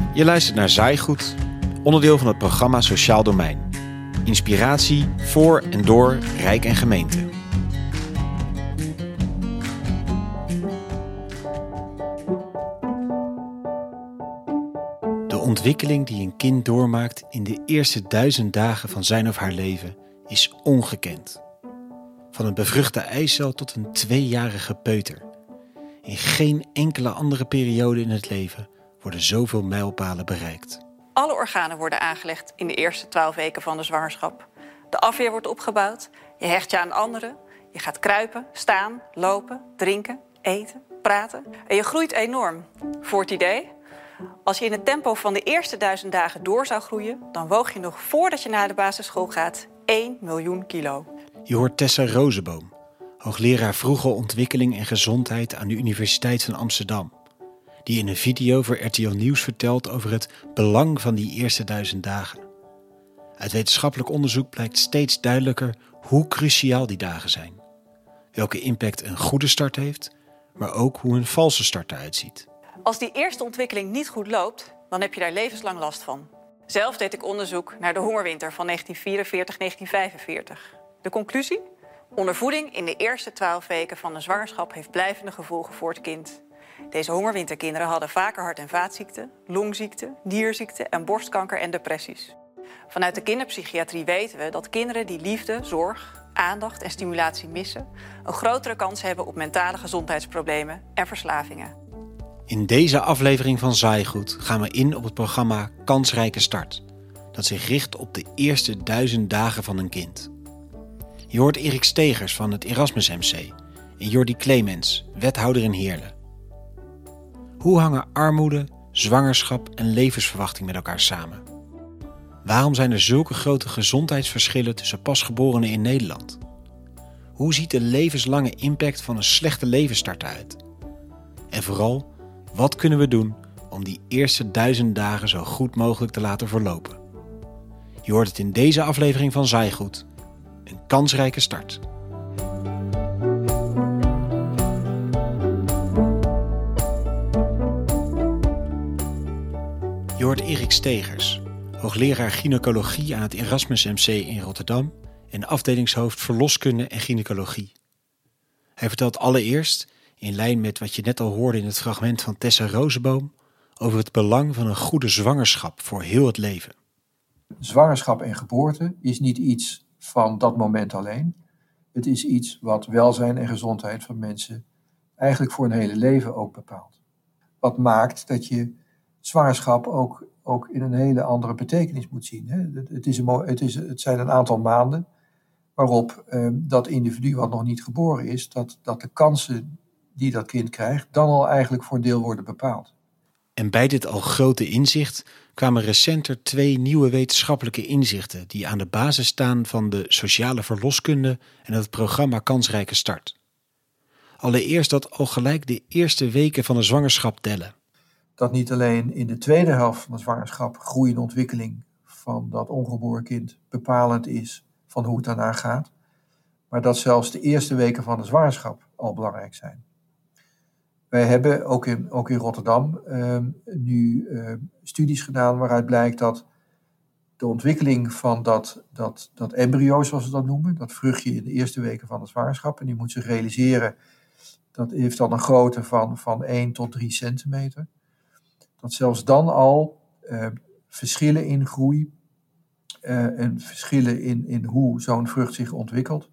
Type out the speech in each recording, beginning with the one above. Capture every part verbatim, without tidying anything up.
Je luistert naar Zaaigoed, onderdeel van het programma Sociaal Domein. Inspiratie voor en door Rijk en Gemeente. De ontwikkeling die een kind doormaakt in de eerste duizend dagen van zijn of haar leven is ongekend. Van een bevruchte eicel tot een tweejarige peuter. In geen enkele andere periode in het leven worden zoveel mijlpalen bereikt. Alle organen worden aangelegd in de eerste twaalf weken van de zwangerschap. De afweer wordt opgebouwd, je hecht je aan anderen, je gaat kruipen, staan, lopen, drinken, eten, praten. En je groeit enorm. Voor het idee, als je in het tempo van de eerste duizend dagen door zou groeien, dan woog je nog voordat je naar de basisschool gaat één miljoen kilo. Je hoort Tessa Rozeboom, hoogleraar vroege ontwikkeling en gezondheid aan de Universiteit van Amsterdam, die in een video voor R T L Nieuws vertelt over het belang van die eerste duizend dagen. Uit wetenschappelijk onderzoek blijkt steeds duidelijker hoe cruciaal die dagen zijn. Welke impact een goede start heeft, maar ook hoe een valse start eruit ziet. Als die eerste ontwikkeling niet goed loopt, dan heb je daar levenslang last van. Zelf deed ik onderzoek naar de hongerwinter van negentien vierenveertig tot negentien vijfenveertig. De conclusie? Ondervoeding in de eerste twaalf weken van de zwangerschap heeft blijvende gevolgen voor het kind. Deze hongerwinterkinderen hadden vaker hart- en vaatziekten, longziekten, nierziekten en borstkanker en depressies. Vanuit de kinderpsychiatrie weten we dat kinderen die liefde, zorg, aandacht en stimulatie missen een grotere kans hebben op mentale gezondheidsproblemen en verslavingen. In deze aflevering van Zaaigoed gaan we in op het programma Kansrijke Start, dat zich richt op de eerste duizend dagen van een kind. Je hoort Erik Stegers van het Erasmus M C en Jordi Clemens, wethouder in Heerlen. Hoe hangen armoede, zwangerschap en levensverwachting met elkaar samen? Waarom zijn er zulke grote gezondheidsverschillen tussen pasgeborenen in Nederland? Hoe ziet de levenslange impact van een slechte levensstart uit? En vooral, wat kunnen we doen om die eerste duizend dagen zo goed mogelijk te laten verlopen? Je hoort het in deze aflevering van Zaaigoed. Een kansrijke start. Je hoort Erik Stegers, hoogleraar gynaecologie aan het Erasmus M C in Rotterdam en afdelingshoofd verloskunde en gynaecologie. Hij vertelt allereerst, in lijn met wat je net al hoorde in het fragment van Tessa Rozeboom, over het belang van een goede zwangerschap voor heel het leven. Zwangerschap en geboorte is niet iets van dat moment alleen. Het is iets wat welzijn en gezondheid van mensen eigenlijk voor een hele leven ook bepaalt. Wat maakt dat je zwangerschap ook, ook in een hele andere betekenis moet zien. Hè? Het, het, is een, het, is, het zijn een aantal maanden waarop eh, dat individu wat nog niet geboren is, dat, dat de kansen die dat kind krijgt, dan al eigenlijk voor een deel worden bepaald. En bij dit al grote inzicht kwamen recenter twee nieuwe wetenschappelijke inzichten die aan de basis staan van de sociale verloskunde en het programma Kansrijke Start. Allereerst dat al gelijk de eerste weken van de zwangerschap tellen. Dat niet alleen in de tweede helft van de zwangerschap groei en ontwikkeling van dat ongeboren kind bepalend is van hoe het daarna gaat, maar dat zelfs de eerste weken van de zwangerschap al belangrijk zijn. Wij hebben ook in, ook in Rotterdam uh, nu uh, studies gedaan waaruit blijkt dat de ontwikkeling van dat, dat, dat embryo, zoals we dat noemen, dat vruchtje in de eerste weken van de zwangerschap, en die moet zich realiseren, dat heeft dan een grootte van, van één tot drie centimeter. Dat zelfs dan al uh, verschillen in groei uh, en verschillen in, in hoe zo'n vrucht zich ontwikkelt,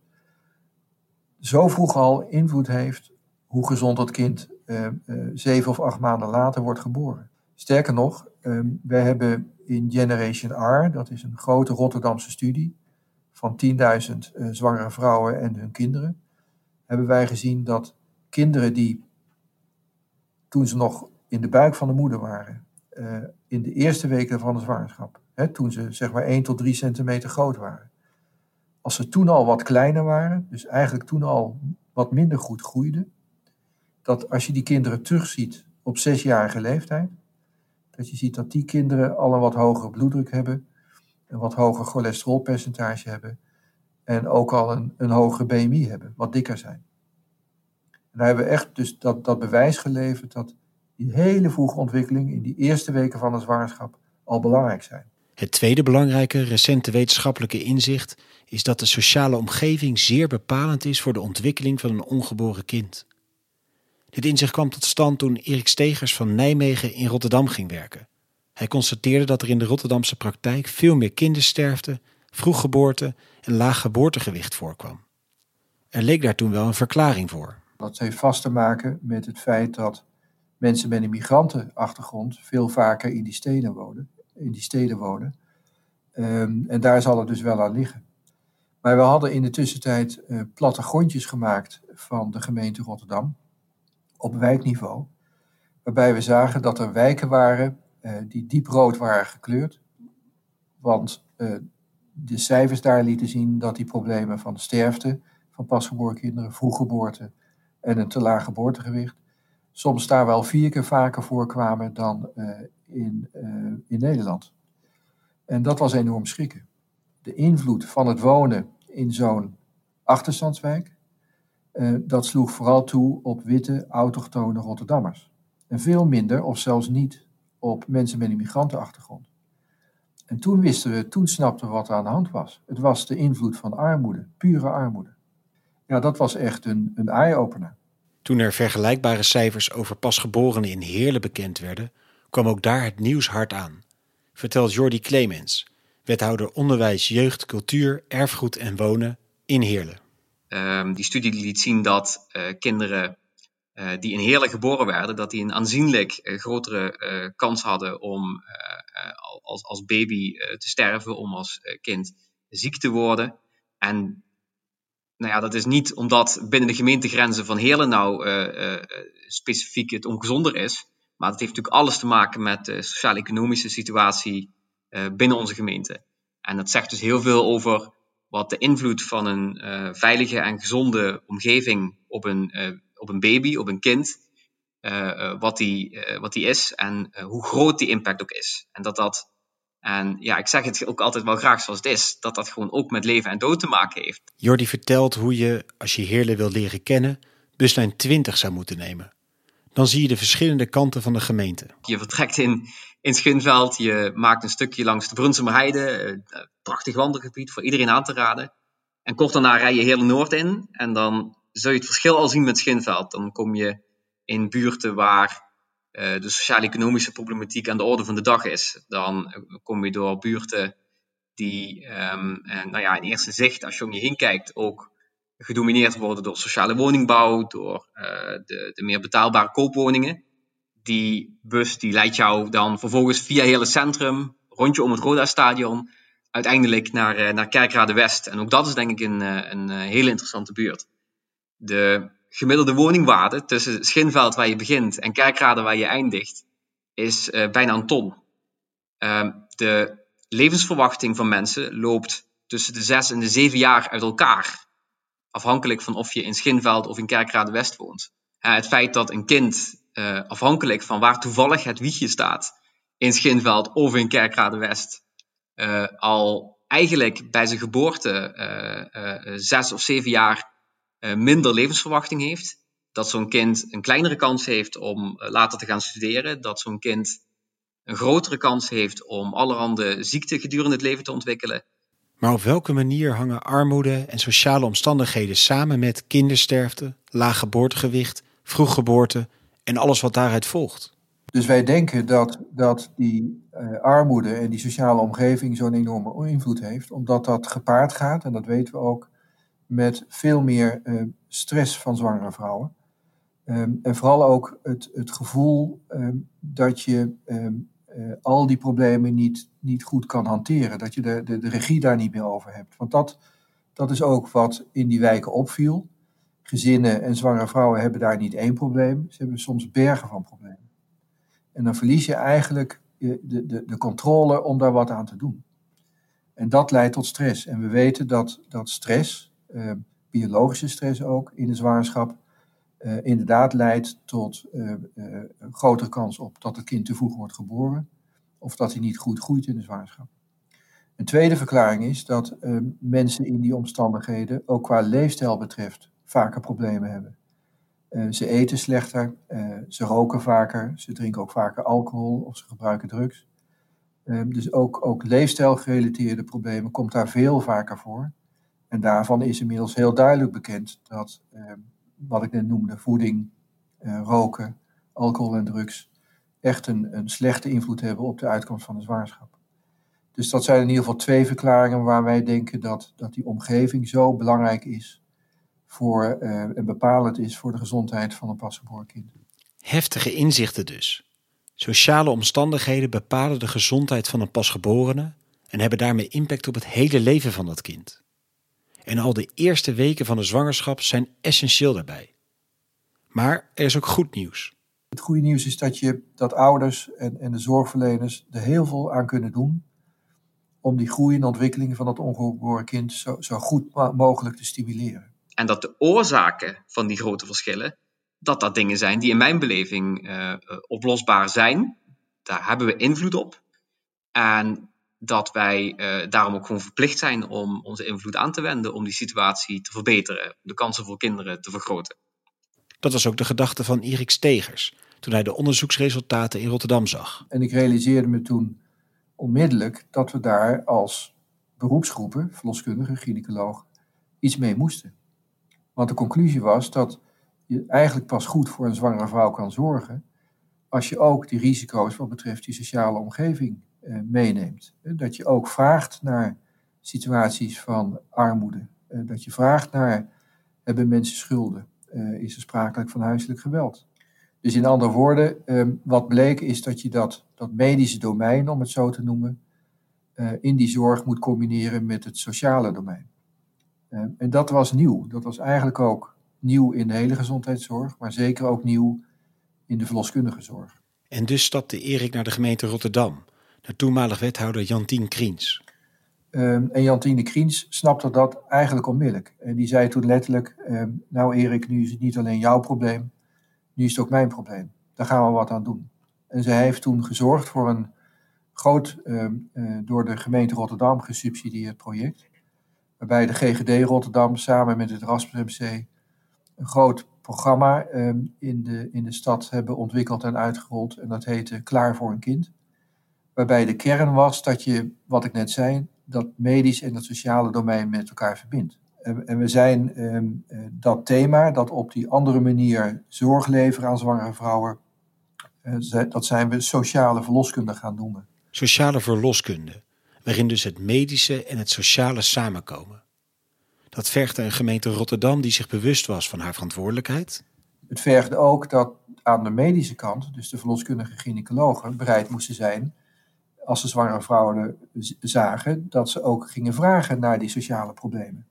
zo vroeg al invloed heeft hoe gezond dat kind uh, uh, zeven of acht maanden later wordt geboren. Sterker nog, um, wij hebben in Generation R, dat is een grote Rotterdamse studie van tienduizend uh, zwangere vrouwen en hun kinderen, hebben wij gezien dat kinderen die, toen ze nog in de buik van de moeder waren, uh, in de eerste weken van de zwangerschap, hè, toen ze zeg maar één tot drie centimeter groot waren, als ze toen al wat kleiner waren, dus eigenlijk toen al wat minder goed groeiden, dat als je die kinderen terugziet op zesjarige leeftijd, dat je ziet dat die kinderen al een wat hogere bloeddruk hebben, een wat hoger cholesterolpercentage hebben en ook al een, een hogere B M I hebben, wat dikker zijn. En daar hebben we echt dus dat, dat bewijs geleverd dat die hele vroege ontwikkeling in die eerste weken van de zwangerschap al belangrijk zijn. Het tweede belangrijke recente wetenschappelijke inzicht is dat de sociale omgeving zeer bepalend is voor de ontwikkeling van een ongeboren kind. Dit inzicht kwam tot stand toen Erik Stegers van Nijmegen in Rotterdam ging werken. Hij constateerde dat er in de Rotterdamse praktijk veel meer kindersterfte, vroeggeboorte en laag geboortegewicht voorkwam. Er leek daar toen wel een verklaring voor. Dat heeft vast te maken met het feit dat mensen met een migrantenachtergrond veel vaker in die steden wonen. In die steden wonen. Um, en daar zal het dus wel aan liggen. Maar we hadden in de tussentijd uh, plattegrondjes gemaakt van de gemeente Rotterdam op wijkniveau. Waarbij we zagen dat er wijken waren uh, die diep rood waren gekleurd. Want uh, de cijfers daar lieten zien dat die problemen van sterfte van pasgeboren kinderen, vroeggeboorte en een te laag geboortegewicht soms daar wel vier keer vaker voorkwamen dan uh, in, uh, in Nederland. En dat was enorm schrikken. De invloed van het wonen in zo'n achterstandswijk, uh, dat sloeg vooral toe op witte, autochtone Rotterdammers. En veel minder, of zelfs niet, op mensen met een migrantenachtergrond. En toen wisten we, toen snapten we wat er aan de hand was. Het was de invloed van armoede, pure armoede. Ja, dat was echt een, een eye-opener. Toen er vergelijkbare cijfers over pasgeborenen in Heerlen bekend werden, kwam ook daar het nieuws hard aan. Vertelt Jordi Clemens, wethouder onderwijs, jeugd, cultuur, erfgoed en wonen in Heerlen. Um, die studie liet zien dat uh, kinderen uh, die in Heerlen geboren werden, dat die een aanzienlijk uh, grotere uh, kans hadden om uh, uh, als, als baby uh, te sterven, om als uh, kind ziek te worden. En nou ja, dat is niet omdat binnen de gemeentegrenzen van Heerlen nou uh, uh, specifiek het ongezonder is. Maar dat heeft natuurlijk alles te maken met de sociaal-economische situatie uh, binnen onze gemeente. En dat zegt dus heel veel over wat de invloed van een uh, veilige en gezonde omgeving op een, uh, op een baby, op een kind, uh, uh, wat, die, uh, wat die is en uh, hoe groot die impact ook is. En dat dat, en ja, ik zeg het ook altijd wel graag zoals het is, dat dat gewoon ook met leven en dood te maken heeft. Jordi vertelt hoe je, als je Heerlen wil leren kennen, buslijn twintig zou moeten nemen. Dan zie je de verschillende kanten van de gemeente. Je vertrekt in, in Schinveld, je maakt een stukje langs de Brunsumerheide, een prachtig wandelgebied voor iedereen aan te raden. En kort daarna rij je Heerlen Noord in en dan zul je het verschil al zien met Schinveld. Dan kom je in buurten waar uh, de sociaal-economische problematiek aan de orde van de dag is. Dan uh, kom je door buurten die, um, en, nou ja, in eerste zicht, als je om je heen kijkt, ook gedomineerd worden door sociale woningbouw, door uh, de, de meer betaalbare koopwoningen. Die bus die leidt jou dan vervolgens via Heerlen Centrum, rondje om het Roda-stadion, uiteindelijk naar, uh, naar Kerkrade West. En ook dat is denk ik een, uh, een uh, hele interessante buurt. De gemiddelde woningwaarde tussen Schinveld waar je begint en Kerkrade waar je eindigt, is uh, bijna een ton. Uh, de levensverwachting van mensen loopt tussen de zes en de zeven jaar uit elkaar. Afhankelijk van of je in Schinveld of in Kerkrade West woont. Uh, het feit dat een kind, uh, afhankelijk van waar toevallig het wiegje staat, in Schinveld of in Kerkrade West, uh, al eigenlijk bij zijn geboorte uh, uh, zes of zeven jaar uh, minder levensverwachting heeft. Dat zo'n kind een kleinere kans heeft om uh, later te gaan studeren. Dat zo'n kind een grotere kans heeft om allerhande ziekten gedurende het leven te ontwikkelen. Maar op welke manier hangen armoede en sociale omstandigheden samen met kindersterfte, laag geboortegewicht, vroeggeboorte en alles wat daaruit volgt? Dus wij denken dat, dat die uh, armoede en die sociale omgeving zo'n enorme invloed heeft, omdat dat gepaard gaat, en dat weten we ook, met veel meer uh, stress van zwangere vrouwen. Um, en vooral ook het, het gevoel um, dat je um, uh, al die problemen niet, niet goed kan hanteren. Dat je de, de, de regie daar niet meer over hebt. Want dat, dat is ook wat in die wijken opviel. Gezinnen en zwangere vrouwen hebben daar niet één probleem. Ze hebben soms bergen van problemen. En dan verlies je eigenlijk de, de, de controle om daar wat aan te doen. En dat leidt tot stress. En we weten dat, dat stress, uh, biologische stress ook in de zwangerschap, Uh, inderdaad leidt tot uh, uh, een grotere kans op dat het kind te vroeg wordt geboren of dat hij niet goed groeit in de zwangerschap. Een tweede verklaring is dat uh, mensen in die omstandigheden ook qua leefstijl betreft vaker problemen hebben. Uh, ze eten slechter, uh, ze roken vaker, ze drinken ook vaker alcohol of ze gebruiken drugs. Uh, dus ook, ook leefstijlgerelateerde problemen komt daar veel vaker voor. En daarvan is inmiddels heel duidelijk bekend dat, uh, wat ik net noemde, voeding, uh, roken, alcohol en drugs, echt een, een slechte invloed hebben op de uitkomst van de zwangerschap. Dus dat zijn in ieder geval twee verklaringen waar wij denken dat, dat die omgeving zo belangrijk is voor, uh, en bepalend is voor de gezondheid van een pasgeboren kind. Heftige inzichten dus. Sociale omstandigheden bepalen de gezondheid van een pasgeborene en hebben daarmee impact op het hele leven van dat kind. En al de eerste weken van de zwangerschap zijn essentieel daarbij. Maar er is ook goed nieuws. Het goede nieuws is dat, je, dat ouders en, en de zorgverleners er heel veel aan kunnen doen om die groei en ontwikkeling van het ongeboren kind zo, zo goed mogelijk te stimuleren. En dat de oorzaken van die grote verschillen, dat dat dingen zijn die in mijn beleving uh, oplosbaar zijn. Daar hebben we invloed op. En dat wij uh, daarom ook gewoon verplicht zijn om onze invloed aan te wenden om die situatie te verbeteren, de kansen voor kinderen te vergroten. Dat was ook de gedachte van Erik Stegers toen hij de onderzoeksresultaten in Rotterdam zag. En ik realiseerde me toen onmiddellijk dat we daar als beroepsgroepen, verloskundigen, gynaecologen, iets mee moesten. Want de conclusie was dat je eigenlijk pas goed voor een zwangere vrouw kan zorgen als je ook die risico's wat betreft die sociale omgeving eh, meeneemt. Dat je ook vraagt naar situaties van armoede. Eh, dat je vraagt naar, hebben mensen schulden? Uh, is er sprake van huiselijk geweld? Dus in andere woorden, uh, wat bleek is dat je dat, dat medische domein, om het zo te noemen, uh, in die zorg moet combineren met het sociale domein. Uh, en dat was nieuw. Dat was eigenlijk ook nieuw in de hele gezondheidszorg, maar zeker ook nieuw in de verloskundige zorg. En dus stapte Erik naar de gemeente Rotterdam, naar toenmalig wethouder Jantien Kriens. Um, en Jantine Kriens snapte dat eigenlijk onmiddellijk. En die zei toen letterlijk, um, nou Erik, nu is het niet alleen jouw probleem, nu is het ook mijn probleem. Daar gaan we wat aan doen. En zij heeft toen gezorgd voor een groot, um, uh, door de gemeente Rotterdam gesubsidieerd project, waarbij de G G D Rotterdam samen met het Erasmus M C een groot programma um, in, de, in de stad hebben ontwikkeld en uitgerold. En dat heette Klaar voor een kind. Waarbij de kern was dat je, wat ik net zei, dat medisch en het sociale domein met elkaar verbindt. En, en we zijn um, dat thema, dat op die andere manier zorg leveren aan zwangere vrouwen, uh, dat zijn we sociale verloskunde gaan noemen. Sociale verloskunde, waarin dus het medische en het sociale samenkomen. Dat vergde een gemeente Rotterdam die zich bewust was van haar verantwoordelijkheid. Het vergde ook dat aan de medische kant, dus de verloskundige gynaecologen, bereid moesten zijn, als de zwangere vrouwen zagen, dat ze ook gingen vragen naar die sociale problemen.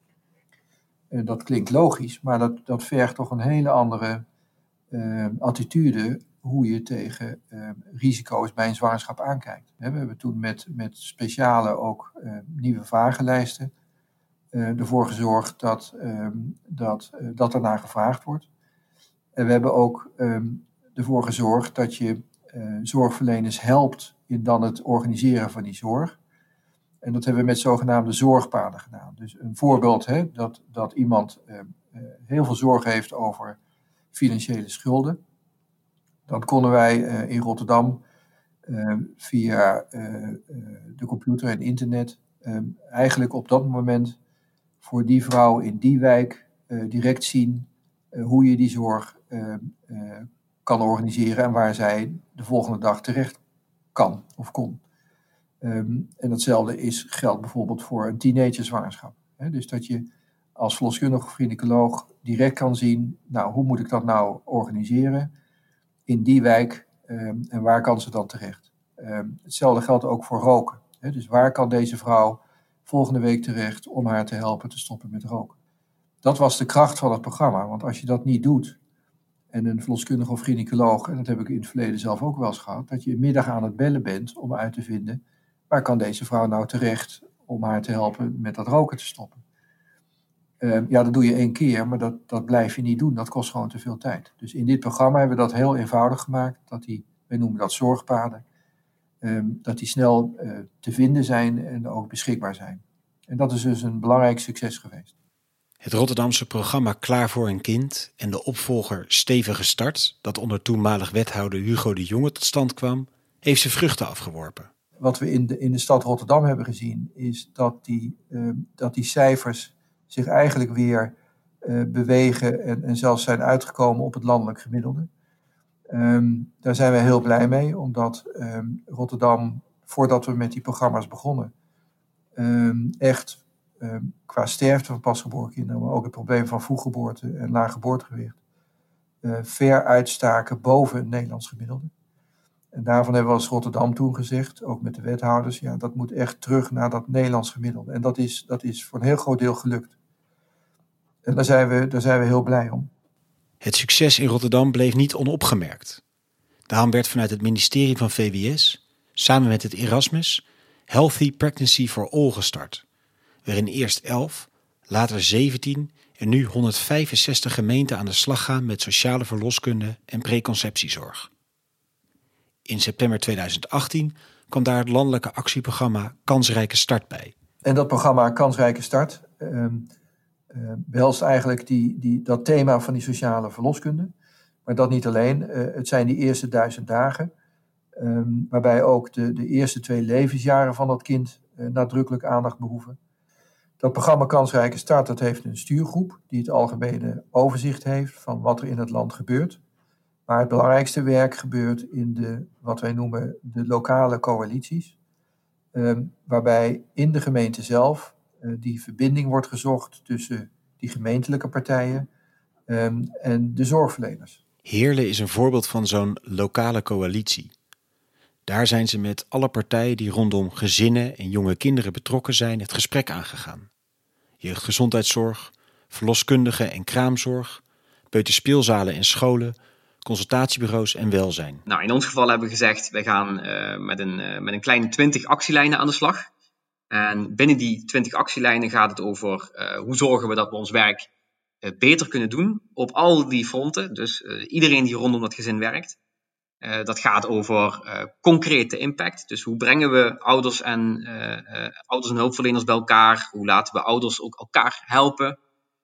En dat klinkt logisch, maar dat, dat vergt toch een hele andere uh, attitude hoe je tegen uh, risico's bij een zwangerschap aankijkt. We hebben toen met, met speciale ook uh, nieuwe vragenlijsten uh, ervoor gezorgd dat, um, dat, uh, dat er naar gevraagd wordt. En we hebben ook um, ervoor gezorgd dat je uh, zorgverleners helpt in dan het organiseren van die zorg. En dat hebben we met zogenaamde zorgpaden gedaan. Dus een voorbeeld, hè, dat, dat iemand uh, uh, heel veel zorg heeft over financiële schulden. Dan konden wij uh, in Rotterdam uh, via uh, uh, de computer en internet uh, eigenlijk op dat moment voor die vrouw in die wijk uh, direct zien uh, hoe je die zorg uh, uh, kan organiseren en waar zij de volgende dag terecht kan of kon. Um, en datzelfde is, geldt bijvoorbeeld voor een teenagerzwangerschap. He, dus dat je als verloskundige of gynaecoloog direct kan zien, nou, hoe moet ik dat nou organiseren in die wijk um, en waar kan ze dan terecht. Um, hetzelfde geldt ook voor roken. He, dus waar kan deze vrouw volgende week terecht om haar te helpen te stoppen met roken. Dat was de kracht van het programma, want als je dat niet doet en een verloskundige of gynaecoloog, en dat heb ik in het verleden zelf ook wel eens gehad, dat je een middag aan het bellen bent om uit te vinden, waar kan deze vrouw nou terecht om haar te helpen met dat roken te stoppen. Uh, ja, dat doe je één keer, maar dat, dat blijf je niet doen. Dat kost gewoon te veel tijd. Dus in dit programma hebben we dat heel eenvoudig gemaakt. Dat die, wij noemen dat zorgpaden, um, dat die snel uh, te vinden zijn en ook beschikbaar zijn. En dat is dus een belangrijk succes geweest. Het Rotterdamse programma Klaar voor een kind en de opvolger Stevige Start, dat onder toenmalig wethouder Hugo de Jonge tot stand kwam, heeft zijn vruchten afgeworpen. Wat we in de, in de stad Rotterdam hebben gezien is dat die, uh, dat die cijfers zich eigenlijk weer uh, bewegen en, en zelfs zijn uitgekomen op het landelijk gemiddelde. Um, daar zijn we heel blij mee, omdat um, Rotterdam, voordat we met die programma's begonnen, um, echt um, qua sterfte van pasgeboren kinderen, maar ook het probleem van vroeggeboorte en laag geboortegewicht, uh, ver uitstaken boven het Nederlands gemiddelde. En daarvan hebben we als Rotterdam toen gezegd, ook met de wethouders, ja, dat moet echt terug naar dat Nederlands gemiddelde. En dat is, dat is voor een heel groot deel gelukt. En daar zijn we, daar zijn we heel blij om. Het succes in Rotterdam bleef niet onopgemerkt. Daarom werd vanuit het ministerie van V W S, samen met het Erasmus, Healthy Pregnancy for All gestart, waarin eerst elf, later zeventien en nu honderdvijfenzestig gemeenten aan de slag gaan met sociale verloskunde en preconceptiezorg. In september tweeduizend achttien kwam daar het landelijke actieprogramma Kansrijke Start bij. En dat programma Kansrijke Start uh, uh, behelst eigenlijk die, die, dat thema van die sociale verloskunde. Maar dat niet alleen. Uh, het zijn die eerste duizend dagen, um, waarbij ook de, de eerste twee levensjaren van dat kind uh, nadrukkelijk aandacht behoeven. Dat programma Kansrijke Start, dat heeft een stuurgroep die het algemene overzicht heeft van wat er in het land gebeurt. Maar het belangrijkste werk gebeurt in de, wat wij noemen, de lokale coalities. Um, waarbij in de gemeente zelf uh, die verbinding wordt gezocht tussen die gemeentelijke partijen um, en de zorgverleners. Heerlen is een voorbeeld van zo'n lokale coalitie. Daar zijn ze met alle partijen die rondom gezinnen en jonge kinderen betrokken zijn het gesprek aangegaan. Jeugdgezondheidszorg, verloskundigen en kraamzorg, peuterspeelzalen en scholen, consultatiebureaus en welzijn. Nou, in ons geval hebben we gezegd, wij gaan uh, met, een, uh, met een kleine twintig actielijnen aan de slag. En binnen die twintig actielijnen gaat het over uh, hoe zorgen we dat we ons werk uh, beter kunnen doen op al die fronten. Dus uh, iedereen die rondom dat gezin werkt. Uh, dat gaat over uh, concrete impact. Dus hoe brengen we ouders en, uh, uh, ouders en hulpverleners bij elkaar? Hoe laten we ouders ook elkaar helpen?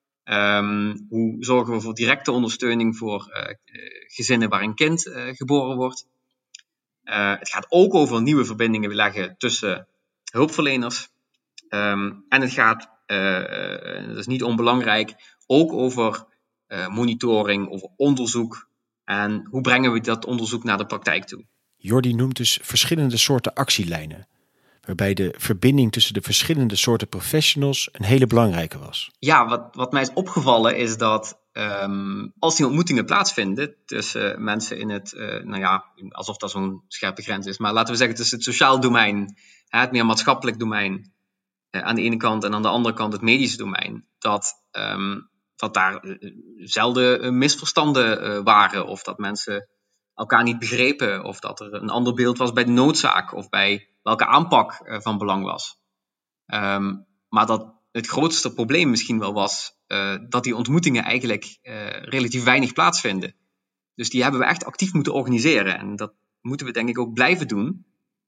Um, hoe zorgen we voor directe ondersteuning voor uh, gezinnen waar een kind uh, geboren wordt? Uh, het gaat ook over nieuwe verbindingen leggen tussen hulpverleners. Um, en het gaat, uh, uh, dat is niet onbelangrijk, ook over uh, monitoring, over onderzoek. En hoe brengen we dat onderzoek naar de praktijk toe? Jordi noemt dus verschillende soorten actielijnen, waarbij de verbinding tussen de verschillende soorten professionals een hele belangrijke was. Ja, wat, wat mij is opgevallen is dat um, als die ontmoetingen plaatsvinden tussen uh, mensen in het, uh, nou ja, alsof dat zo'n scherpe grens is, maar laten we zeggen tussen het sociaal domein, hè, het meer maatschappelijk domein uh, aan de ene kant en aan de andere kant het medische domein, dat, um, dat daar uh, zelden uh, misverstanden uh, waren of dat mensen elkaar niet begrepen of dat er een ander beeld was bij de noodzaak of bij welke aanpak uh, van belang was. Um, maar dat het grootste probleem misschien wel was uh, dat die ontmoetingen eigenlijk uh, relatief weinig plaatsvinden. Dus die hebben we echt actief moeten organiseren. En dat moeten we denk ik ook blijven doen.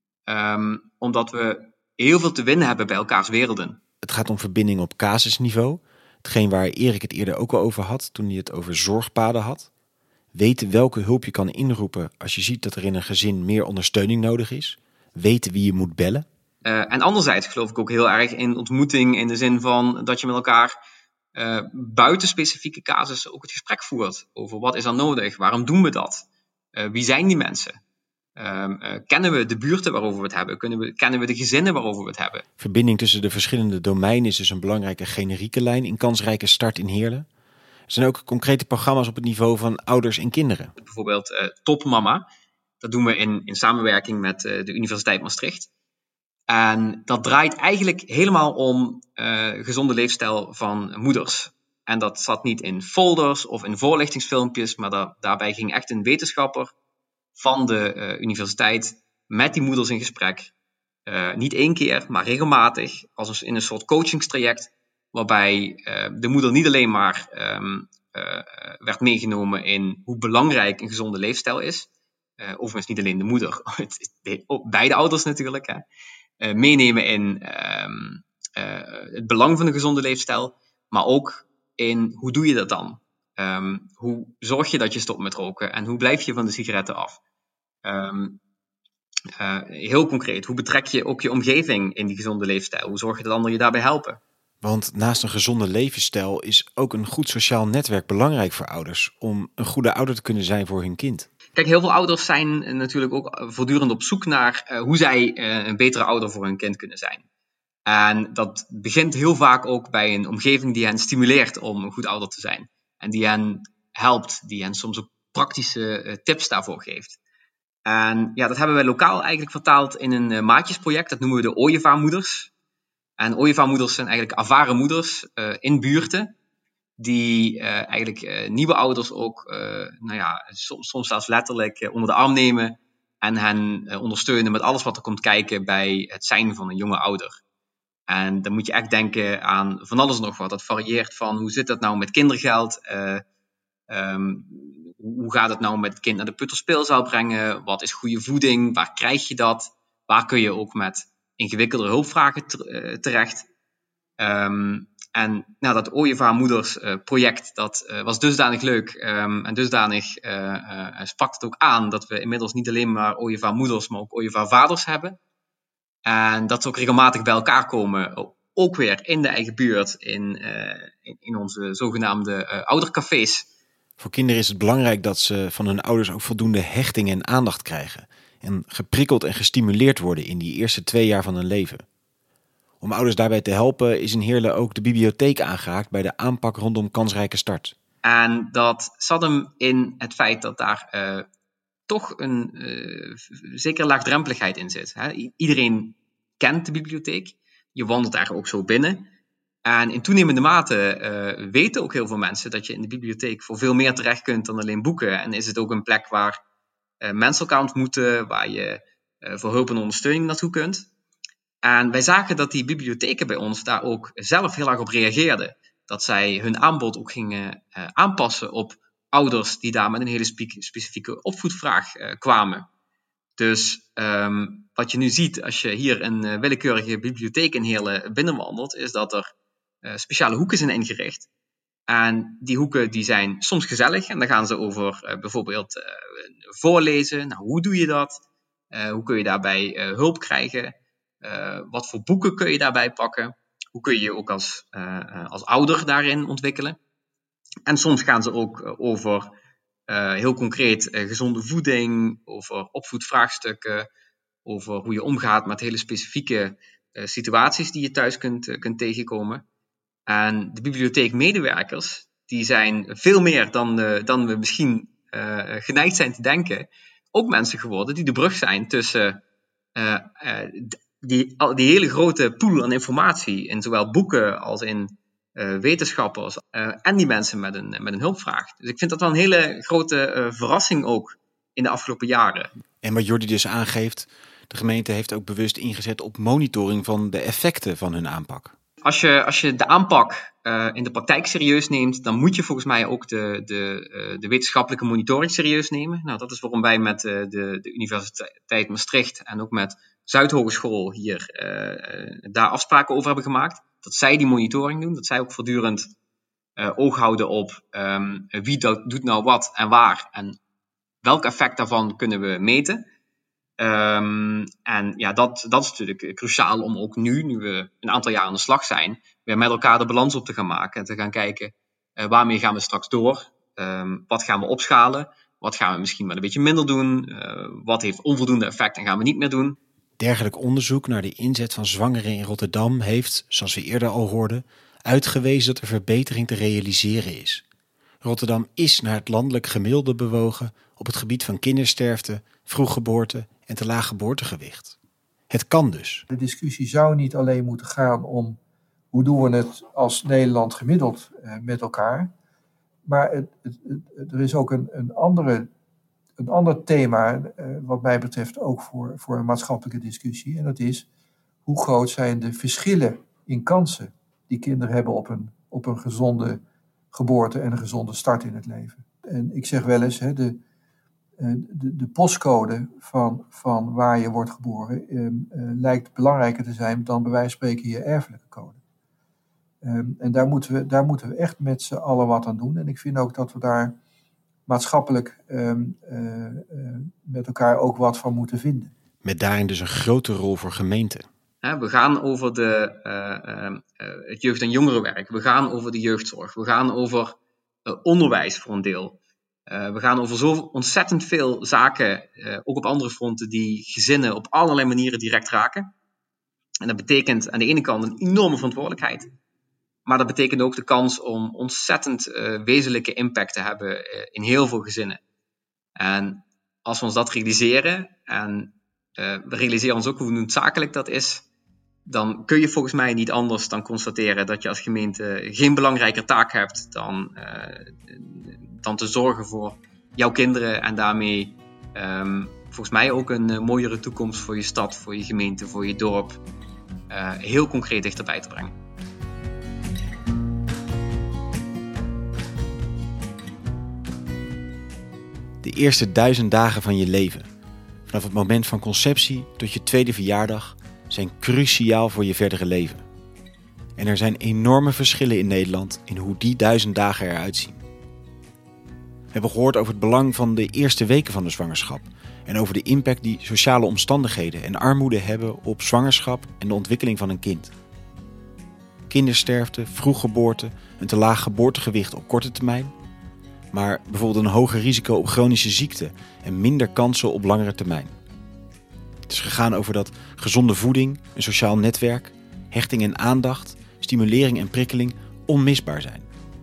Um, omdat we heel veel te winnen hebben bij elkaars werelden. Het gaat om verbinding op casusniveau. Hetgeen waar Erik het eerder ook al over had toen hij het over zorgpaden had. Weten welke hulp je kan inroepen als je ziet dat er in een gezin meer ondersteuning nodig is. Weten wie je moet bellen. Uh, en anderzijds geloof ik ook heel erg in ontmoeting in de zin van dat je met elkaar uh, buiten specifieke casussen ook het gesprek voert over wat is er nodig, waarom doen we dat, uh, wie zijn die mensen, uh, uh, kennen we de buurten waarover we het hebben, Kunnen we, kennen we de gezinnen waarover we het hebben. Verbinding tussen de verschillende domeinen is dus een belangrijke generieke lijn in Kansrijke Start in Heerlen. Er zijn ook concrete programma's op het niveau van ouders en kinderen. Bijvoorbeeld uh, Top Mama, dat doen we in, in samenwerking met uh, de Universiteit Maastricht. En dat draait eigenlijk helemaal om uh, gezonde leefstijl van moeders. En dat zat niet in folders of in voorlichtingsfilmpjes, maar da- daarbij ging echt een wetenschapper van de uh, universiteit met die moeders in gesprek. Uh, niet één keer, maar regelmatig, als in een soort coachingstraject, waarbij uh, de moeder niet alleen maar um, uh, werd meegenomen in hoe belangrijk een gezonde leefstijl is. Uh, overigens niet alleen de moeder, beide ouders natuurlijk, hè. Uh, meenemen in um, uh, het belang van een gezonde leefstijl, maar ook in hoe doe je dat dan? Um, hoe zorg je dat je stopt met roken en hoe blijf je van de sigaretten af? Um, uh, heel concreet, hoe betrek je ook je omgeving in die gezonde leefstijl? Hoe zorg je dat anderen je daarbij helpen? Want naast een gezonde levensstijl is ook een goed sociaal netwerk belangrijk voor ouders om een goede ouder te kunnen zijn voor hun kind. Kijk, heel veel ouders zijn natuurlijk ook voortdurend op zoek naar uh, hoe zij uh, een betere ouder voor hun kind kunnen zijn. En dat begint heel vaak ook bij een omgeving die hen stimuleert om een goed ouder te zijn. En die hen helpt, die hen soms ook praktische uh, tips daarvoor geeft. En ja, dat hebben wij lokaal eigenlijk vertaald in een uh, maatjesproject. Dat noemen we de ooievaarmoeders. En ooievaarmoeders zijn eigenlijk ervaren moeders uh, in buurten. Die uh, eigenlijk uh, nieuwe ouders ook, uh, nou ja, soms, soms zelfs letterlijk uh, onder de arm nemen. En hen uh, ondersteunen met alles wat er komt kijken bij het zijn van een jonge ouder. En dan moet je echt denken aan van alles en nog wat. Dat varieert van hoe zit dat nou met kindergeld? Uh, um, hoe gaat het nou met het kind naar de peuterspeelzaal brengen? Wat is goede voeding? Waar krijg je dat? Waar kun je ook met ingewikkeldere hulpvragen terecht? Um, en nou, dat Ooievaarmoeders uh, project, dat uh, was dusdanig leuk um, en dusdanig uh, uh, sprak het ook aan dat we inmiddels niet alleen maar Ooievaarmoeders, maar ook Ooievaarvaders hebben. En dat ze ook regelmatig bij elkaar komen, ook weer in de eigen buurt, in, uh, in, in onze zogenaamde uh, oudercafés. Voor kinderen is het belangrijk dat ze van hun ouders ook voldoende hechting en aandacht krijgen. En geprikkeld en gestimuleerd worden in die eerste twee jaar van hun leven. Om ouders daarbij te helpen is in Heerlen ook de bibliotheek aangehaakt bij de aanpak rondom kansrijke start. En dat zat hem in het feit dat daar uh, toch een uh, zekere laagdrempeligheid in zit. Hè? I- iedereen kent de bibliotheek. Je wandelt daar ook zo binnen. En in toenemende mate uh, weten ook heel veel mensen dat je in de bibliotheek voor veel meer terecht kunt dan alleen boeken. En is het ook een plek waar uh, mensen elkaar ontmoeten, waar je uh, voor hulp en ondersteuning naartoe kunt. En wij zagen dat die bibliotheken bij ons daar ook zelf heel erg op reageerden. Dat zij hun aanbod ook gingen uh, aanpassen op ouders die daar met een hele spe- specifieke opvoedvraag uh, kwamen. Dus um, wat je nu ziet als je hier een uh, willekeurige bibliotheek in Heerlen binnenwandelt, is dat er uh, speciale hoeken zijn ingericht. En die hoeken die zijn soms gezellig en dan gaan ze over uh, bijvoorbeeld uh, voorlezen. Nou, hoe doe je dat? Uh, hoe kun je daarbij uh, hulp krijgen? Uh, wat voor boeken kun je daarbij pakken? Hoe kun je je ook als, uh, als ouder daarin ontwikkelen? En soms gaan ze ook uh, over uh, heel concreet uh, gezonde voeding, over opvoedvraagstukken, over hoe je omgaat met hele specifieke uh, situaties die je thuis kunt, uh, kunt tegenkomen. En de bibliotheekmedewerkers, die zijn veel meer dan, uh, dan we misschien uh, geneigd zijn te denken, ook mensen geworden die de brug zijn tussen uh, uh, Die, die hele grote pool aan informatie in zowel boeken als in uh, wetenschappers uh, en die mensen met een, met een hulpvraag. Dus ik vind dat wel een hele grote uh, verrassing ook in de afgelopen jaren. En wat Jordi dus aangeeft, de gemeente heeft ook bewust ingezet op monitoring van de effecten van hun aanpak. Als je, als je de aanpak uh, in de praktijk serieus neemt, dan moet je volgens mij ook de, de, uh, de wetenschappelijke monitoring serieus nemen. Nou, dat is waarom wij met uh, de, de Universiteit Maastricht en ook met Zuidhogeschool hier uh, daar afspraken over hebben gemaakt. Dat zij die monitoring doen, dat zij ook voortdurend uh, oog houden op um, wie dat, doet nou wat en waar en welk effect daarvan kunnen we meten. Um, en ja, dat, dat is natuurlijk cruciaal om ook nu, nu we een aantal jaar aan de slag zijn, weer met elkaar de balans op te gaan maken en te gaan kijken uh, waarmee gaan we straks door, um, wat gaan we opschalen, wat gaan we misschien wel een beetje minder doen, uh, wat heeft onvoldoende effect en gaan we niet meer doen. Dergelijk onderzoek naar de inzet van zwangeren in Rotterdam heeft, zoals we eerder al hoorden, uitgewezen dat er verbetering te realiseren is. Rotterdam is naar het landelijk gemiddelde bewogen op het gebied van kindersterfte, vroeggeboorte en te laag geboortegewicht. Het kan dus. De discussie zou niet alleen moeten gaan om hoe doen we het als Nederland gemiddeld uh, met elkaar. Maar het, het, het, er is ook een, een, andere, een ander thema uh, wat mij betreft ook voor, voor een maatschappelijke discussie. En dat is hoe groot zijn de verschillen in kansen die kinderen hebben op een, op een gezonde geboorte en een gezonde start in het leven. En ik zeg wel eens, hè, de, de, de postcode van, van waar je wordt geboren uh, uh, lijkt belangrijker te zijn dan bij wijze van spreken je erfelijke code. Um, en daar moeten, we, daar moeten we echt met z'n allen wat aan doen. En ik vind ook dat we daar maatschappelijk um, uh, uh, met elkaar ook wat van moeten vinden. Met daarin dus een grote rol voor gemeenten. We gaan over de, uh, uh, uh, het jeugd- en jongerenwerk. We gaan over de jeugdzorg. We gaan over uh, onderwijs voor een deel. Uh, we gaan over zo ontzettend veel zaken, uh, ook op andere fronten, die gezinnen op allerlei manieren direct raken. En dat betekent aan de ene kant een enorme verantwoordelijkheid. Maar dat betekent ook de kans om ontzettend uh, wezenlijke impact te hebben uh, in heel veel gezinnen. En als we ons dat realiseren, en uh, we realiseren ons ook hoe noodzakelijk dat is, dan kun je volgens mij niet anders dan constateren dat je als gemeente geen belangrijker taak hebt dan, uh, dan te zorgen voor jouw kinderen en daarmee um, volgens mij ook een uh, mooiere toekomst voor je stad, voor je gemeente, voor je dorp, uh, heel concreet dichterbij te brengen. De eerste duizend dagen van je leven, vanaf het moment van conceptie tot je tweede verjaardag, zijn cruciaal voor je verdere leven. En er zijn enorme verschillen in Nederland in hoe die duizend dagen eruit zien. We hebben gehoord over het belang van de eerste weken van de zwangerschap en over de impact die sociale omstandigheden en armoede hebben op zwangerschap en de ontwikkeling van een kind. Kindersterfte, vroeggeboorte, een te laag geboortegewicht op korte termijn, maar bijvoorbeeld een hoger risico op chronische ziekte en minder kansen op langere termijn. Het is gegaan over dat gezonde voeding, een sociaal netwerk, hechting en aandacht, stimulering en prikkeling onmisbaar zijn.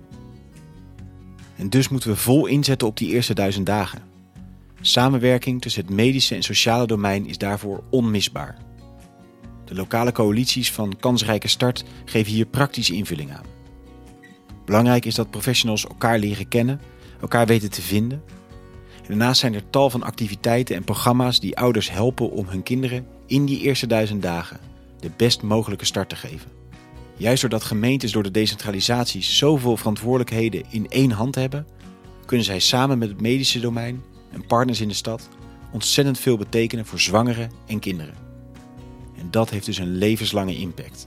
En dus moeten we vol inzetten op die eerste duizend dagen. Samenwerking tussen het medische en sociale domein is daarvoor onmisbaar. De lokale coalities van Kansrijke Start geven hier praktische invulling aan. Belangrijk is dat professionals elkaar leren kennen, elkaar weten te vinden. En daarnaast zijn er tal van activiteiten en programma's die ouders helpen om hun kinderen in die eerste duizend dagen de best mogelijke start te geven. Juist doordat gemeentes door de decentralisatie zoveel verantwoordelijkheden in één hand hebben, kunnen zij samen met het medische domein en partners in de stad ontzettend veel betekenen voor zwangeren en kinderen. En dat heeft dus een levenslange impact.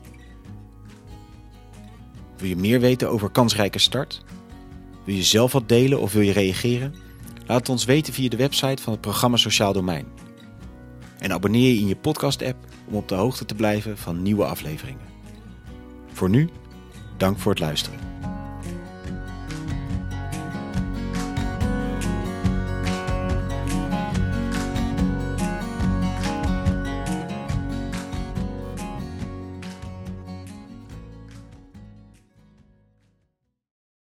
Wil je meer weten over Kansrijke Start? Wil je zelf wat delen of wil je reageren? Laat het ons weten via de website van het programma Sociaal Domein. En abonneer je in je podcast-app om op de hoogte te blijven van nieuwe afleveringen. Voor nu, dank voor het luisteren.